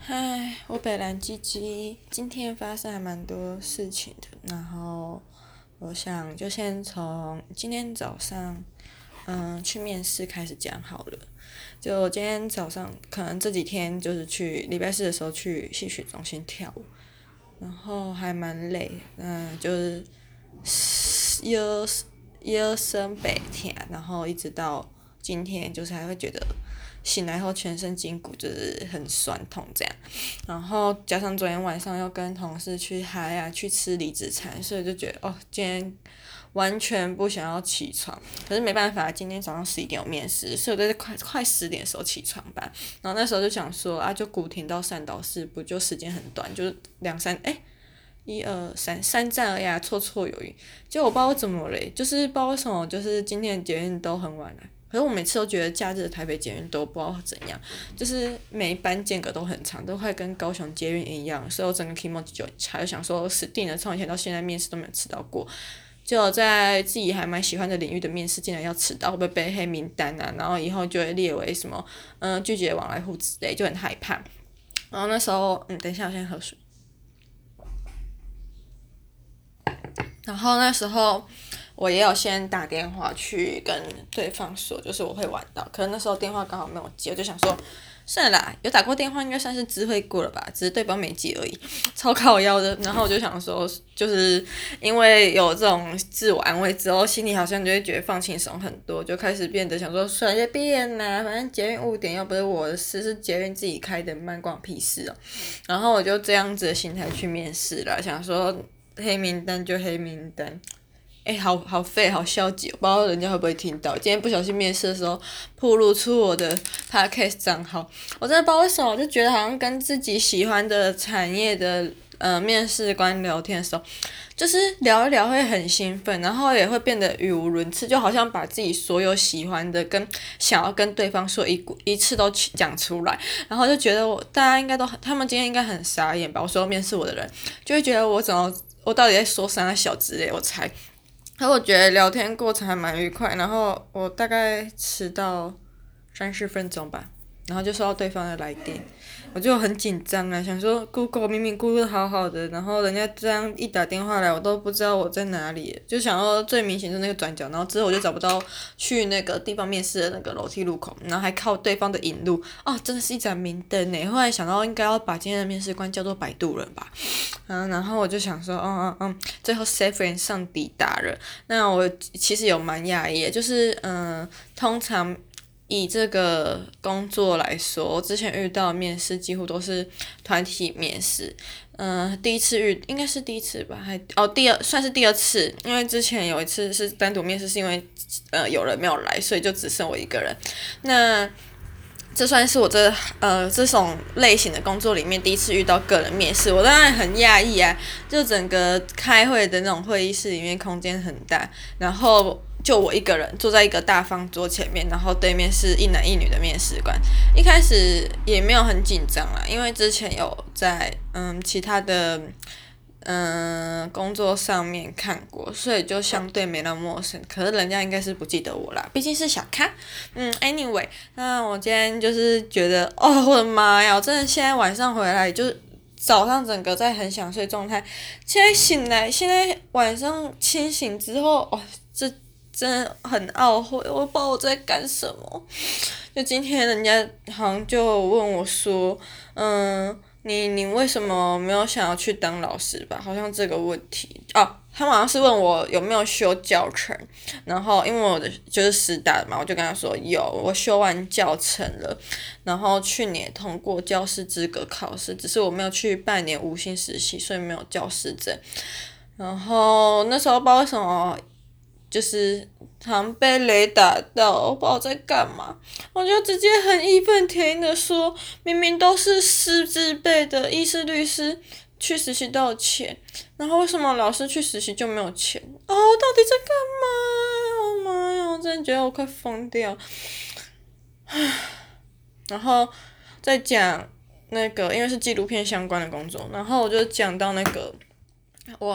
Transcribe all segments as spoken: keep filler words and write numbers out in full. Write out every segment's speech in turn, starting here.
嗨，我北兰鸡鸡，今天发生还蛮多事情的，然后我想就先从今天早上，嗯，去面试开始讲好了。就今天早上，可能这几天就是去礼拜四的时候去戏曲中心跳舞，然后还蛮累，嗯，就是腰腰酸背痛，然后一直到今天，就是还会觉得醒来后全身筋骨就是很酸痛这样，然后加上昨天晚上又跟同事去嗨啊，去吃离子餐，所以就觉得哦，今天完全不想要起床，可是没办法，今天早上十一点有面试，所以我在快快十点的时候起床吧，然后那时候就想说啊，就古亭到善导寺不就时间很短，就是两三哎。一二三三站而已啊，绰绰有余。结果我不知道怎么嘞，就是不知道为什么，就是今天的捷运都很晚来。可是我每次都觉得假日的台北捷运都不知道怎样，就是每一班间隔都很长，都快跟高雄捷运一样，所以我整个 kimoji 就很差，就想说死定了，从以前到现在面试都没有迟到过。就在自己还蛮喜欢的领域的面试，竟然要迟到，会不会被黑名单啊？然后以后就会列为什么，嗯，拒绝往来户之类，就很害怕。然后那时候，嗯，等一下，我先喝水。然后那时候我也有先打电话去跟对方说，就是我会晚到，可能那时候电话刚好没有接，我就想说，算了啦，有打过电话应该算是知会过了吧，只是对方没接而已，超靠腰的。然后我就想说，就是因为有这种自我安慰之后，心里好像就会觉得放轻松很多，就开始变得想说，随便啦，反正捷运误点又不是我的事，是捷运自己开的慢，关我屁事哦。然后我就这样子的心态去面试了，想说。黑名单就黑名单，哎、欸，好好废，好消极，我不知道人家会不会听到。今天不小心面试的时候，暴露出我的 podcast 账号，我真的不知道为什么，我就觉得好像跟自己喜欢的产业的呃面试官聊天的时候，就是聊一聊会很兴奋，然后也会变得语无伦次，就好像把自己所有喜欢的跟想要跟对方说一一次都讲出来，然后就觉得我大家应该都很，他们今天应该很傻眼吧？我说面试我的人就会觉得我怎么。我到底在说啥小之类，我猜。然后我觉得聊天过程还蛮愉快，然后我大概迟到三十分钟吧，然后就收到对方的来电，我就很紧张啊，想说 Google 明明 Google 好好的，然后人家这样一打电话来，我都不知道我在哪里，就想要最明显就是那个转角，然后之后我就找不到去那个地方面试的那个楼梯入口，然后还靠对方的引路，哦，真的是一盏明灯呢。后来想到应该要把今天的面试官叫做摆渡人吧，嗯，然后我就想说，嗯嗯嗯，最后 safe 上抵达了。那我其实有蛮讶异的，就是嗯，通常以这个工作来说，我之前遇到的面试几乎都是团体面试。嗯，第一次遇应该是第一次吧，还哦第二算是第二次，因为之前有一次是单独面试，是因为呃有人没有来，所以就只剩我一个人。那这算是我这呃这种类型的工作里面第一次遇到个人面试，我当然很讶异啊！就整个开会的那种会议室里面空间很大，然后就我一个人坐在一个大方桌前面，然后对面是一男一女的面试官。一开始也没有很紧张啦，因为之前有在嗯其他的。嗯，工作上面看过，所以就相对没那么陌生。可是人家应该是不记得我啦，毕竟是小咖。嗯，anyway，那我今天就是觉得，哦，我的妈呀！我真的现在晚上回来，就是早上整个在很想睡状态，现在醒来，现在晚上清醒之后，哦，这真的很懊悔，我不知道我在干什么。就今天人家好像就问我说，嗯。你你为什么没有想要去当老师吧？好像这个问题哦，他们好像是问我有没有修教程，然后因为我的就是师大的嘛，我就跟他说有，我修完教程了，然后去年通过教师资格考试，只是我没有去半年无薪实习，所以没有教师证。然后那时候不知道为什么就是常被雷打到，我不知道在干嘛，我就直接很义愤填膺的说，明明都是师资辈的医师律师去实习都有钱，然后为什么老师去实习就没有钱？哦，到底在干嘛？哦妈呀，我真的觉得我快疯掉。然后再讲那个，因为是纪录片相关的工作，然后我就讲到那个我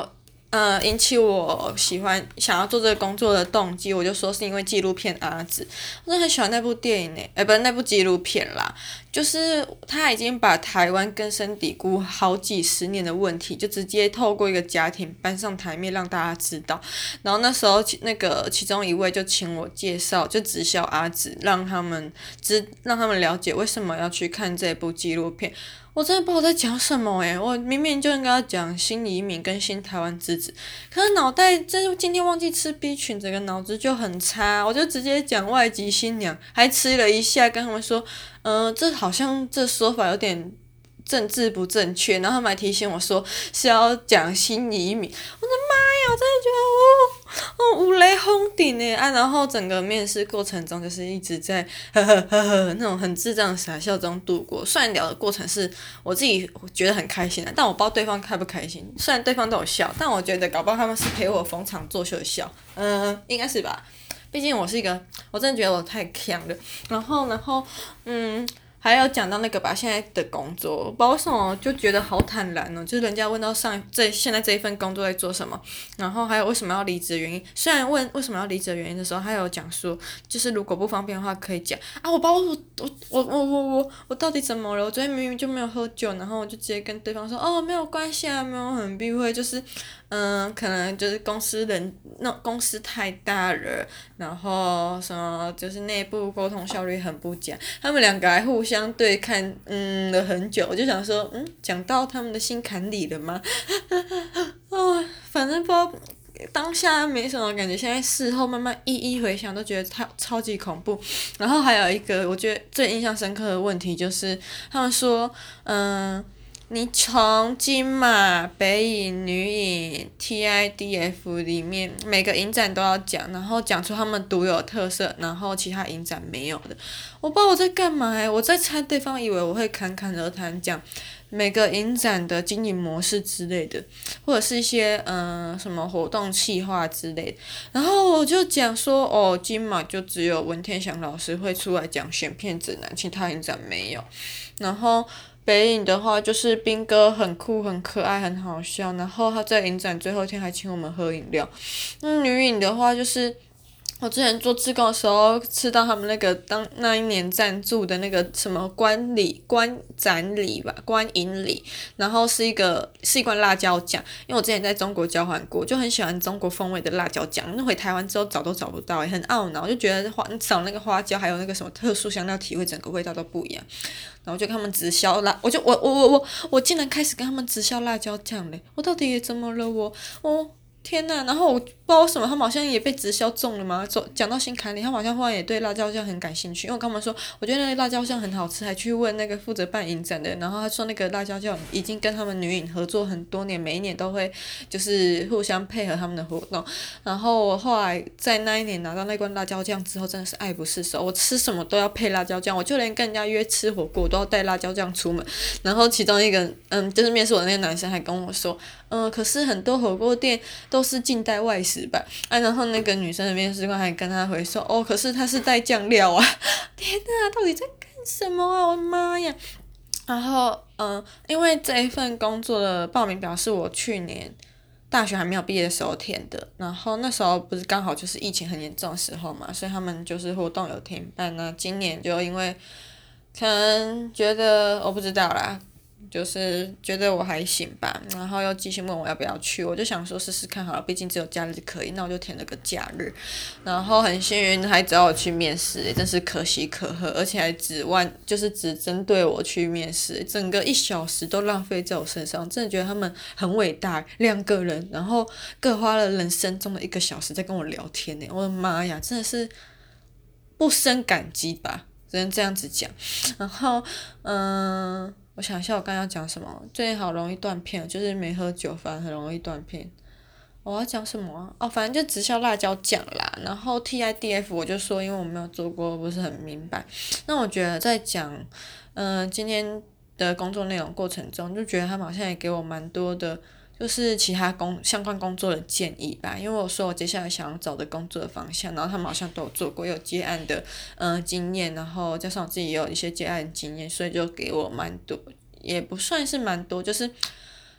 呃，引起我喜欢想要做这个工作的动机，我就说是因为纪录片《阿紫》，我真的很喜欢那部电影呢，哎，不是那部纪录片啦，就是他已经把台湾根深蒂固好几十年的问题，就直接透过一个家庭搬上台面让大家知道。然后那时候那个其中一位就请我介绍，就直销阿紫，让他们知让他们了解为什么要去看这部纪录片。我真的不知道在讲什么诶，我明明就应该要讲新移民跟新台湾之子，可是脑袋这今天忘记吃 B 群，整个脑子就很差，我就直接讲外籍新娘，还吃了一下，跟他们说，嗯、呃，这好像这说法有点政治不正确，然后他们还提醒我说是要讲新移民，我的妈呀，我真的觉得哦哦五雷轰顶诶啊！然后整个面试过程中就是一直在呵呵呵呵那种很智障的傻笑中度过。虽然聊的过程是我自己觉得很开心的，但我不知道对方开不开心。虽然对方都有笑，但我觉得搞不好他们是陪我逢场作秀的笑，嗯、呃，应该是吧。毕竟我是一个，我真的觉得我太强了。然后，然后，嗯。还有讲到那个吧，现在的工作，不知道为什么就觉得好坦然哦。就是人家问到上这现在这一份工作在做什么，然后还有为什么要离职的原因。虽然问为什么要离职的原因的时候，还有讲说，就是如果不方便的话可以讲啊。我把我我我我我我我到底怎么了？我昨天明明就没有喝酒，然后我就直接跟对方说，哦，没有关系啊，没有很避讳，就是嗯，可能就是公司人那公司太大了，然后什么就是内部沟通效率很不佳，他们两个还互相对看，嗯了很久，我就想说，嗯，讲到他们的心坎里了吗？哦，反正不知道。当下没什么感觉，现在事后慢慢一一回想，都觉得超超级恐怖。然后还有一个我觉得最印象深刻的问题就是，他们说，嗯。你从金马、北影、女影、T I D F 里面每个影展都要讲，然后讲出他们独有的特色，然后其他影展没有的。我不知道我在干嘛诶，我在猜对方以为我会侃侃而谈讲每个影展的经营模式之类的，或者是一些嗯、呃、什么活动企划之类的。然后我就讲说，哦，金马就只有文天祥老师会出来讲选片指南，其他影展没有。然后。北影的话就是兵哥很酷很可爱很好笑，然后他在影展最后一天还请我们喝饮料。嗯，女影的话就是我之前做志工的时候吃到他们那个当那一年赞助的那个什么观礼观展礼吧观影礼，然后是一个是一罐辣椒酱，因为我之前在中国交换过，就很喜欢中国风味的辣椒酱，那回台湾之后找都找不到，也很懊恼，就觉得花你找那个花椒还有那个什么特殊香料体会整个味道都不一样。然后就跟他们直销辣，我就我我我我我竟然开始跟他们直销辣椒酱嘞！我到底怎么了我？我天呐！然后我不知道为什么他们好像也被直销中了嘛。走讲到心坎里，他们好像忽然也对辣椒酱很感兴趣，因为我跟他们说，我觉得那个辣椒酱很好吃，还去问那个负责办影展的，然后他说那个辣椒酱已经跟他们女影合作很多年，每一年都会就是互相配合他们的活动。然后我后来在那一年拿到那罐辣椒酱之后，真的是爱不释手，我吃什么都要配辣椒酱，我就连跟人家约吃火锅我都要带辣椒酱出门。然后其中一个嗯，就是面试我的那个男生还跟我说，嗯，可是很多火锅店都是近代外食吧？啊，然后那个女生的面试官还跟他回说，哦，可是他是带酱料啊！天哪，到底在干什么啊？我的妈呀！然后嗯，因为这一份工作的报名表是我去年大学还没有毕业的时候填的，然后那时候不是刚好就是疫情很严重的时候嘛，所以他们就是活动有停办呢。今年就因为可能觉得我不知道啦，就是觉得我还行吧，然后又继续问我要不要去，我就想说试试看好了，毕竟只有假日可以，那我就填了个假日，然后很幸运还找我去面试，真是可喜可贺，而且还只万就是只针对我去面试，整个一小时都浪费在我身上，真的觉得他们很伟大，两个人，然后各花了人生中的一个小时在跟我聊天呢，我的妈呀，真的是不胜感激吧，只能这样子讲，然后嗯。我想一下，我刚刚要讲什么？最近好容易断片，就是没喝酒，反而很容易断片。我要讲什么啊？哦，反正就直销辣椒酱啦。然后 T I D F 我就说，因为我没有做过，不是很明白。那我觉得在讲，嗯、呃，今天的工作内容过程中，就觉得他们好像也给我蛮多的。就是其他工相关工作的建议吧，因为我说我接下来想要找的工作的方向，然后他们好像都有做过，有接案的嗯、呃、经验，然后加上我自己也有一些接案经验，所以就给我蛮多，也不算是蛮多，就是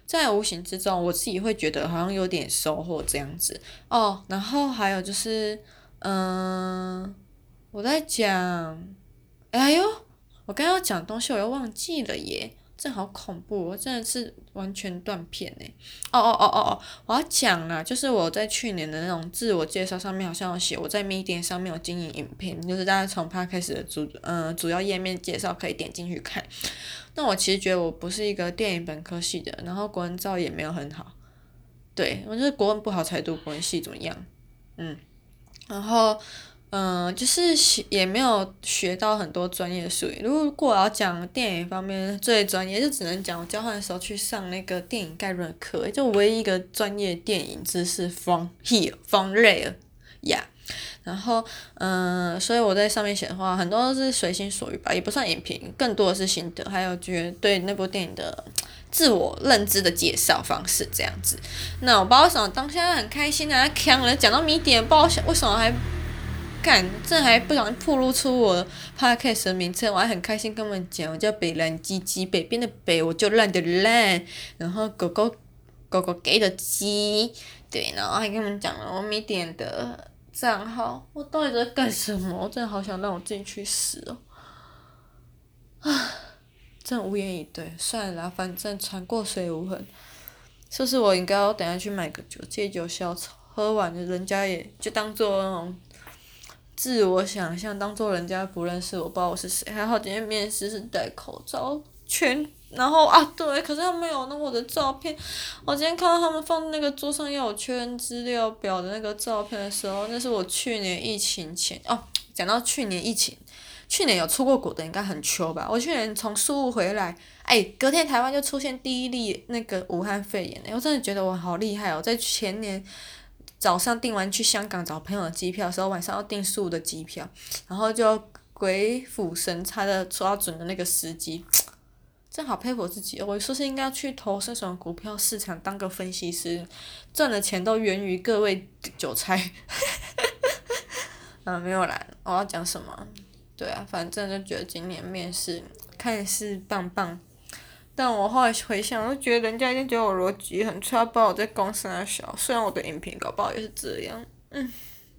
在无形之中，我自己会觉得好像有点收获这样子哦。然后还有就是，嗯，我在讲，哎呦，我刚刚要讲东西我又忘记了耶，这好恐怖，我真的是完全断片哎。哦哦哦哦哦，我要讲啦，就是我在去年的那种自我介绍上面好像有写，我在 Medium 上面有经营影片，就是大家从 Podcast 的主嗯、呃、主要页面介绍可以点进去看。那我其实觉得我不是一个电影本科系的，然后国文造也没有很好，对我就是国文不好才读国文系怎么样？嗯，然后嗯、呃就是也没有学到很多专业术语。如果我要讲电影方面最专业，就只能讲我交换的时候去上那个电影概论课，就唯一一个专业电影知识 from here from there yeah。然后，嗯、呃所以我在上面写的话，很多都是随心所欲吧，也不算影评，更多的是心得，还有觉得对那部电影的自我认知的介绍方式这样子。那我不知道为什么当下很开心啊，强了讲到谜点，不知道为什么还干，这还不小心暴露出我的 podcast 的名称，我还很开心跟他们讲，我叫北蓝鸡鸡，北边的北我就烂的烂，然后狗狗狗狗给的鸡，对，然后还跟他们讲了我米点的账号，我到底在干什么？我真的好想让我自己去死哦！啊，真的无言以对。算了啦，反正船过水无痕。是不是我应该要等下去买个酒，借酒消愁？喝完了，人家也就当做那种自我想象，当做人家不认识我，不知道我是谁。还好今天面试是戴口罩，全然后啊对，可是他没有那我的照片。我今天看到他们放那个桌上要我确认资料表的那个照片的时候，那是我去年疫情前哦。讲到去年疫情，去年有出过国的应该很糗吧？我去年从苏武回来，哎，隔天台湾就出现第一例那个武汉肺炎，我真的觉得我好厉害哦！在前年早上订完去香港找朋友的机票的时候，晚上要订苏武的机票，然后就鬼斧神差的抓准了那个时机。真好佩服我自己，我说是应该要去投这种股票市场当个分析师，赚的钱都源于各位韭菜。嗯，没有啦，我要讲什么？对啊，反正就觉得今年面试看似棒棒，但我后来回想，我就觉得人家一定觉得我逻辑很差，不知道我在公司那小。虽然我的影评搞不好也是这样，嗯，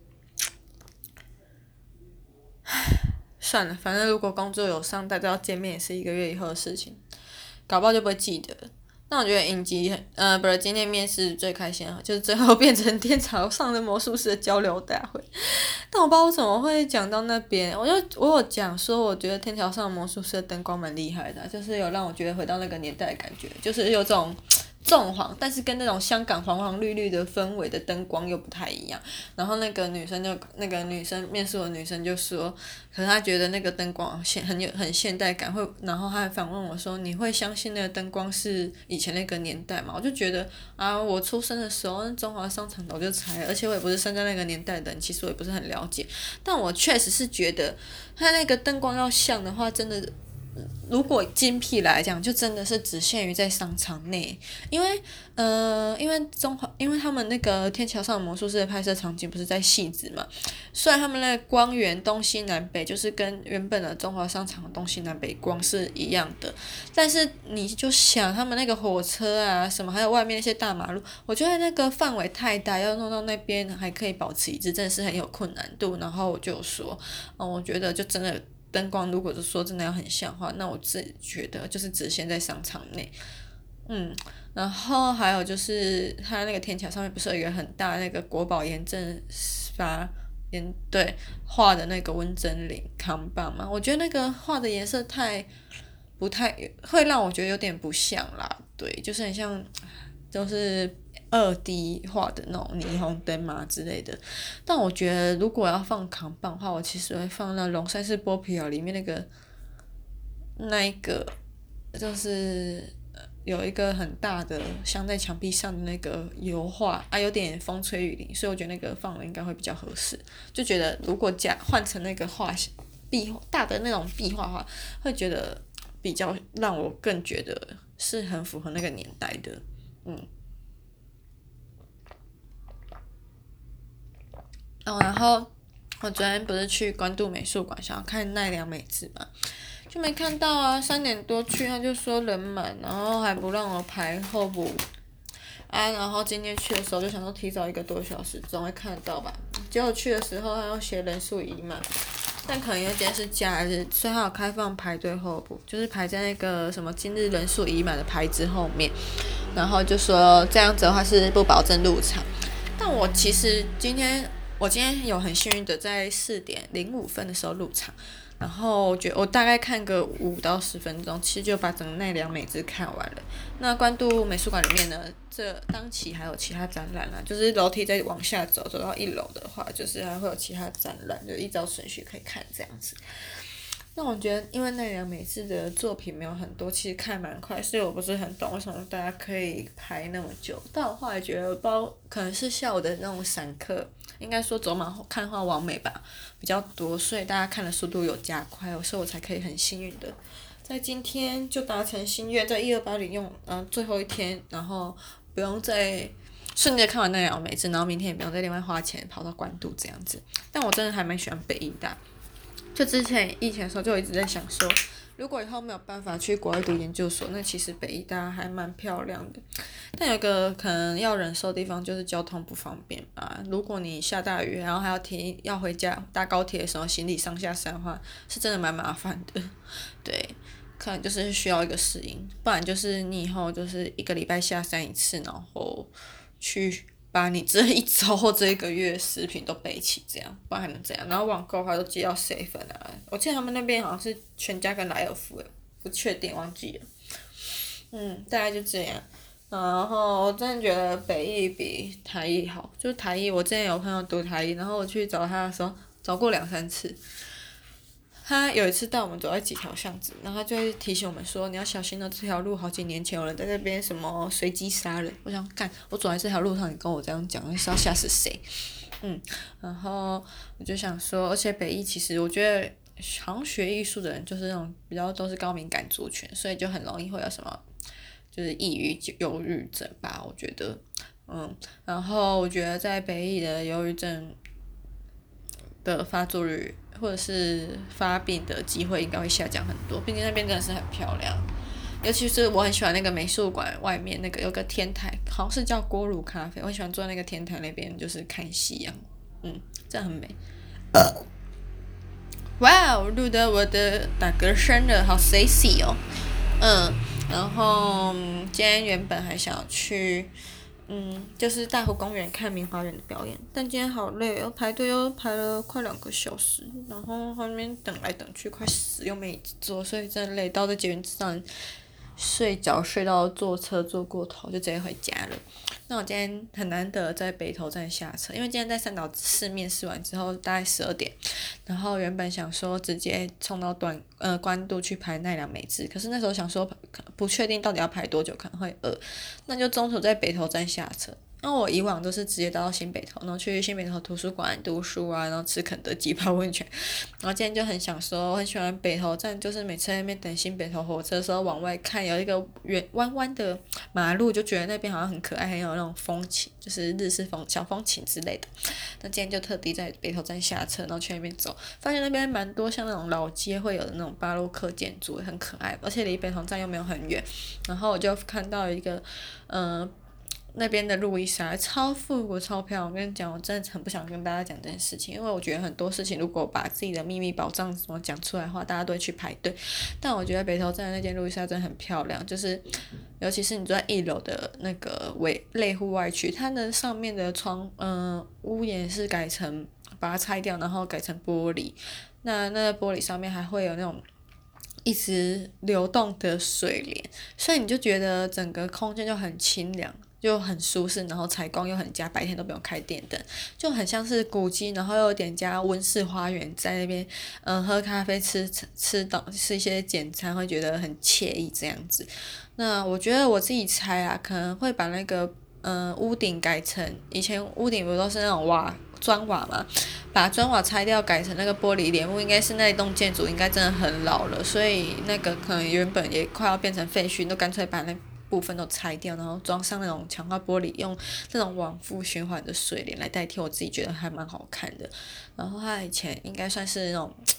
算了，反正如果工作有上，大家要见面也是一个月以后的事情，搞不好就不会记得。那我觉得影集，呃，不是今天面试最开心的，就是最后变成天朝上的魔术师的交流大会。但我不知道我怎么会讲到那边，我就我有讲说，我觉得天桥上的魔术师的灯光蛮厉害的，就是有让我觉得回到那个年代的感觉，就是有种纵黄，但是跟那种香港黄黄绿绿的氛围的灯光又不太一样。然后那个女生就那个女生面试我的女生就说，可是她觉得那个灯光现很有很现代感，会，然后她还反问我说，你会相信那个灯光是以前那个年代吗？我就觉得啊，我出生的时候中华商场早就拆了，而且我也不是生在那个年代的人，其实我也不是很了解，但我确实是觉得它那个灯光要像的话，真的。如果精辟来讲，就真的是只限于在商场内，因为呃，因为中华，因为他们那个天桥上的魔术师的拍摄场景不是在戏子嘛，虽然他们那个光源东西南北就是跟原本的中华商场的东西南北光是一样的，但是你就想他们那个火车啊什么，还有外面那些大马路，我觉得那个范围太大，要弄到那边还可以保持一致，真的是很有困难度。然后我就说，嗯，我觉得就真的。灯光如果是说真的要很像的话，那我自己觉得就是只限在商场内，嗯，然后还有就是它那个天桥上面不是有一个很大那个国宝严正发严对画的那个温真菱扛棒嘛，我觉得那个画的颜色太不太会让我觉得有点不像啦，对，就是很像就是二 D 画的那种霓虹灯嘛之类的。但我觉得如果要放扛棒的话，我其实会放那龙山寺剥皮寮里面那个那一个，就是有一个很大的镶在墙壁上的那个油画啊，有点风吹雨淋，所以我觉得那个放了应该会比较合适。就觉得如果加换成那个画壁大的那种壁画的话，会觉得比较让我更觉得是很符合那个年代的，嗯。哦，然后我昨天不是去关渡美术馆想要看奈良美智嘛，就就没看到啊，三点多去他就说人满，然后还不让我排候补。啊，然后今天去的时候就想说提早一个多小时总会看得到吧，结果去的时候他要写人数已满，但可能因为今天是假日，所以他有开放排队候补，就是排在那个什么今日人数已满的牌子后面，然后就说这样子的话是不保证入场。但我其实今天我今天有很幸运的在四点零五分的时候入场。然后我觉得我大概看个五到十分钟，其实就把整个奈良美智看完了。那关渡美术馆里面呢，这当期还有其他展览啦，就是楼梯再往下走，走到一楼的话，就是还会有其他展览，就依照顺序可以看这样子。那我觉得，因为奈良美智的作品没有很多，其实看蛮快，所以我不是很懂为什么大家可以排那么久。但我后来觉得，包可能是下午的那种散客，应该说走马看花完美吧，比较多，所以大家看的速度有加快，所以我才可以很幸运的，在今天就达成心愿，在一二八零用嗯、呃、最后一天，然后不用再顺利的看完奈良美智，然后明天也不用再另外花钱跑到关渡这样子。但我真的还蛮喜欢北艺大。就之前疫情的时候就一直在想说，如果以后没有办法去国外读研究所，那其实北艺大还蛮漂亮的。但有个可能要忍受的地方就是交通不方便吧。如果你下大雨，然后还要提要回家搭高铁的时候行李上下山的话，是真的蛮麻烦的。对，可能就是需要一个适应，不然就是你以后就是一个礼拜下山一次，然后去。把你这一周或这一个月食品都备齐，这样不然还能怎样？然后网购的话都寄到seven啊，我记得他们那边好像是全家跟莱尔富诶，不确定忘记了。嗯，大概就这样。然后我真的觉得北艺比台艺好，就是台艺我之前有朋友读台艺，然后我去找他的时候找过两三次。他有一次带我们走在几条巷子，然后他就会提醒我们说：“你要小心哦，这条路好几年前有人在这边什么随机杀人。”我想干，我走在这条路上，你跟我这样讲，是要吓死谁？嗯，然后我就想说，而且北艺其实我觉得，好像学艺术的人就是那种比较都是高敏感族群，所以就很容易会有什么，就是抑郁、忧郁症吧。我觉得，嗯，然后我觉得在北艺的忧郁症的发作率。或者是发病的机会应该会下降很多，毕竟那边真的是很漂亮，尤其是我很喜欢那个美术馆外面那个有个天台，好像是叫锅炉咖啡，我很喜欢坐在那个天台那边就是看夕阳，嗯，这样很美。哇哦，录的我的打嗝声了，好 sexy 哦，嗯，然后今天原本还想去。嗯，就是大湖公园看明华园的表演，但今天好累哦，排队又排了快两个小时，然后后面等来等去快死，又没椅子坐，所以真的累到在捷运上睡觉睡到坐车坐过头，就直接回家了。那我今天很难得在北投站下车，因为今天在三岛市面试完之后大概十二点，然后原本想说直接冲到短呃关渡去排奈良美智，可是那时候想说不确定到底要排多久，可能会饿，那就中途在北投站下车。那我以往都是直接到新北投，然后去新北投图书馆读书啊，然后吃肯德基泡温泉。然后今天就很想说，我很喜欢北投站，就是每次在那边等新北投火车的时候，往外看有一个圆弯弯的马路，就觉得那边好像很可爱，很有那种风情，就是日式风小风情之类的。那今天就特地在北投站下车，然后去那边走，发现那边蛮多像那种老街会有的那种巴洛克建筑，很可爱，而且离北投站又没有很远。然后我就看到一个，嗯、呃。那边的路易莎超复古超漂亮，我跟你讲，我真的很不想跟大家讲这件事情，因为我觉得很多事情如果把自己的秘密宝藏什么讲出来的话，大家都会去排队。但我觉得北投站的那间路易莎真的很漂亮，就是尤其是你坐在一楼的那个尾类户外区，它的上面的窗，嗯、呃，屋檐是改成把它拆掉，然后改成玻璃，那那个玻璃上面还会有那种。一直流动的水帘，所以你就觉得整个空间就很清凉，就很舒适，然后采光又很佳，白天都不用开电灯，就很像是古迹，然后又有点加温室花园在那边，嗯，喝咖啡吃吃吃到吃一些简餐，会觉得很惬意这样子。那我觉得我自己猜啊，可能会把那个嗯屋顶改成以前屋顶不都是那种瓦砖瓦嘛，把砖瓦拆掉改成那个玻璃帘幕，应该是那一栋建筑应该真的很老了，所以那个可能原本也快要变成废墟，都干脆把那部分都拆掉，然后装上那种强化玻璃，用这种往复循环的水帘来代替，我自己觉得还蛮好看的。然后它以前应该算是那种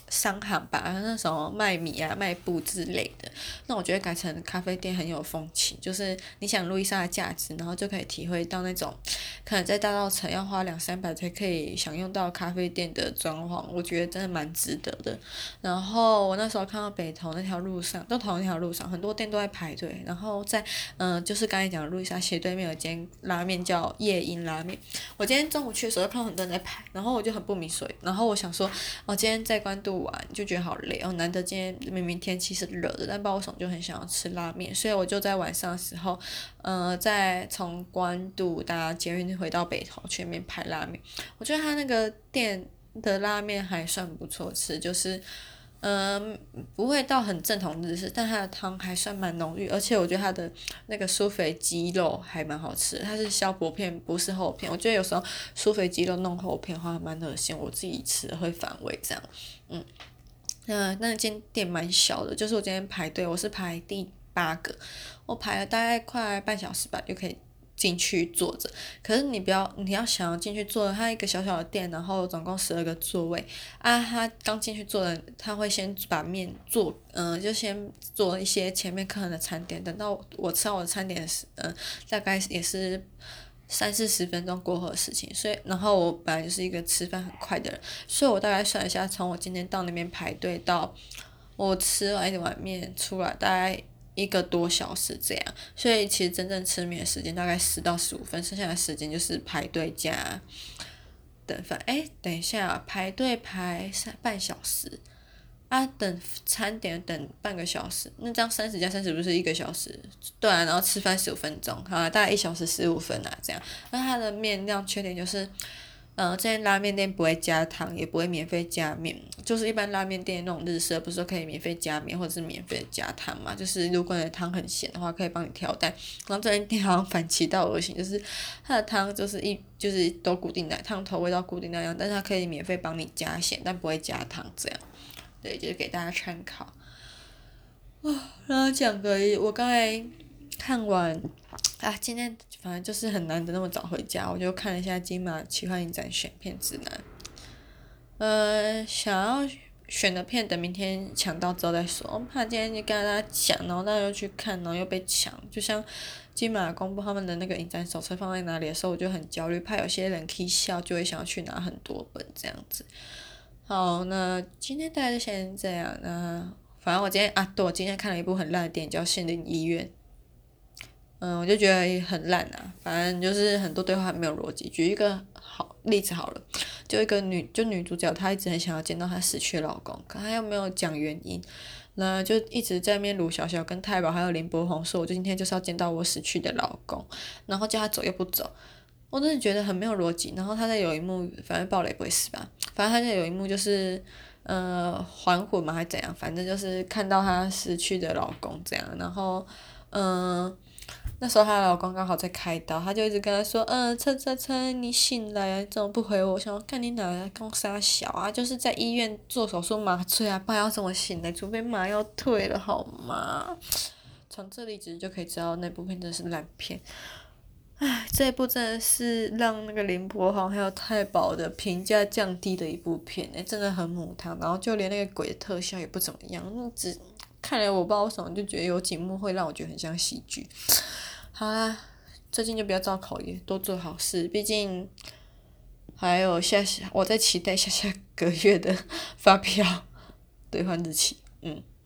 商行吧，那什么卖米啊、卖布之类的。那我觉得改成咖啡店很有风情，就是你想路易莎的价值，然后就可以体会到那种可能在大稻城要花两三百才可以享用到咖啡店的装潢，我觉得真的蛮值得的。然后我那时候看到北投那条路上，都同一条路上，很多店都在排队。然后在嗯、呃就是刚才讲的路易莎斜对面有间拉面叫夜莺拉面，我今天中午去的时候看到很多人在排，然后我就很不明所以，然后我想说，我、哦、今天在关渡玩就觉得好累哦，难得今天明明天气是热的，但不知道为什么就很想要吃拉面，所以我就在晚上的时候，呃，再从关渡搭捷运回到北投去那边排拉面。我觉得他那个店的拉面还算不错吃，就是嗯，不会到很正统日式，但它的汤还算蛮浓郁，而且我觉得它的那个酥肥鸡肉还蛮好吃的，它是削薄片，不是厚片。我觉得有时候酥肥鸡肉弄厚片的话蛮恶心，我自己吃会反胃这样。嗯，那那间店蛮小的，就是我今天排队，我是排第八个，我排了大概快半小时吧，就可以进去坐着。可是你不要，你要想要进去坐，它一个小小的店，然后总共十二个座位啊。他刚进去坐的，他会先把面做，嗯、呃，就先做一些前面客人的餐点，等到我吃到我的餐点时，嗯、呃，大概也是三四十分钟过后的事情。所以，然后我本来就是一个吃饭很快的人，所以我大概算一下，从我今天到那边排队到我吃完一碗面出来，大概一个多小时这样，所以其实真正吃面的时间大概十到十五分，剩下的时间就是排队加等饭。诶，等一下，排队排三半小时啊，等餐点等半个小时，那这样三十加三十不是一个小时？对啊，然后吃饭十五分钟，好啊，大概一小时十五分啊这样。那它的面量缺点就是。嗯，这间拉面店不会加汤，也不会免费加面，就是一般拉面店那种日式，不是说可以免费加面或者是免费加汤嘛？就是如果你的汤很咸的话，可以帮你挑蛋。然后这间店好像反其道而行，就是它的汤就是一就是都固定的，汤头味道固定那样，但是它可以免费帮你加咸，但不会加汤这样。对，就是给大家参考。啊，然后讲个我刚才看完啊，今天反正就是很难得那么早回家，我就看了一下金马奇幻影展选片指南。呃，想要选的片等明天抢到之后再说，我怕今天就跟大家讲，然后大家又去看，然后又被抢。就像金马公布他们的那个影展手册放在哪里的时候，我就很焦虑，怕有些人可以笑，就会想要去拿很多本这样子。好，那今天大概就先这样。那反正我今天啊，对，我今天看了一部很烂的电影叫《心灵医院》。嗯，我就觉得很烂啊，反正就是很多对话没有逻辑。举一个好例子好了，就一个女就女主角，她一直很想要见到她死去的老公，可她又没有讲原因，那就一直在那边卢小小跟太保还有林柏宏说，我就今天就是要见到我死去的老公，然后叫他走又不走，我真的觉得很没有逻辑。然后他在有一幕，反正暴雷不会死吧，反正他在有一幕就是呃还魂嘛还是怎样，反正就是看到她死去的老公这样，然后嗯。呃那时候她的老公刚好在开刀，她就一直跟她说，嗯，车车车，你醒来啊，你怎么不回我？我想说，干你哪来公杀小啊？就是在医院做手术麻醉啊，不然要怎么醒来？除非麻药退了好吗？从这里其实就可以知道那部片真的是烂片。唉，这一部真的是让那个林柏宏还有太保的评价降低的一部片，诶，真的很母汤。然后就连那个鬼的特效也不怎么样，只看了我不知道为什么就觉得有几幕会让我觉得很像喜剧。好啦，最近就不要造口业，多做好事。毕竟还有下下，我在期待下下个月的发票兑换日期。嗯。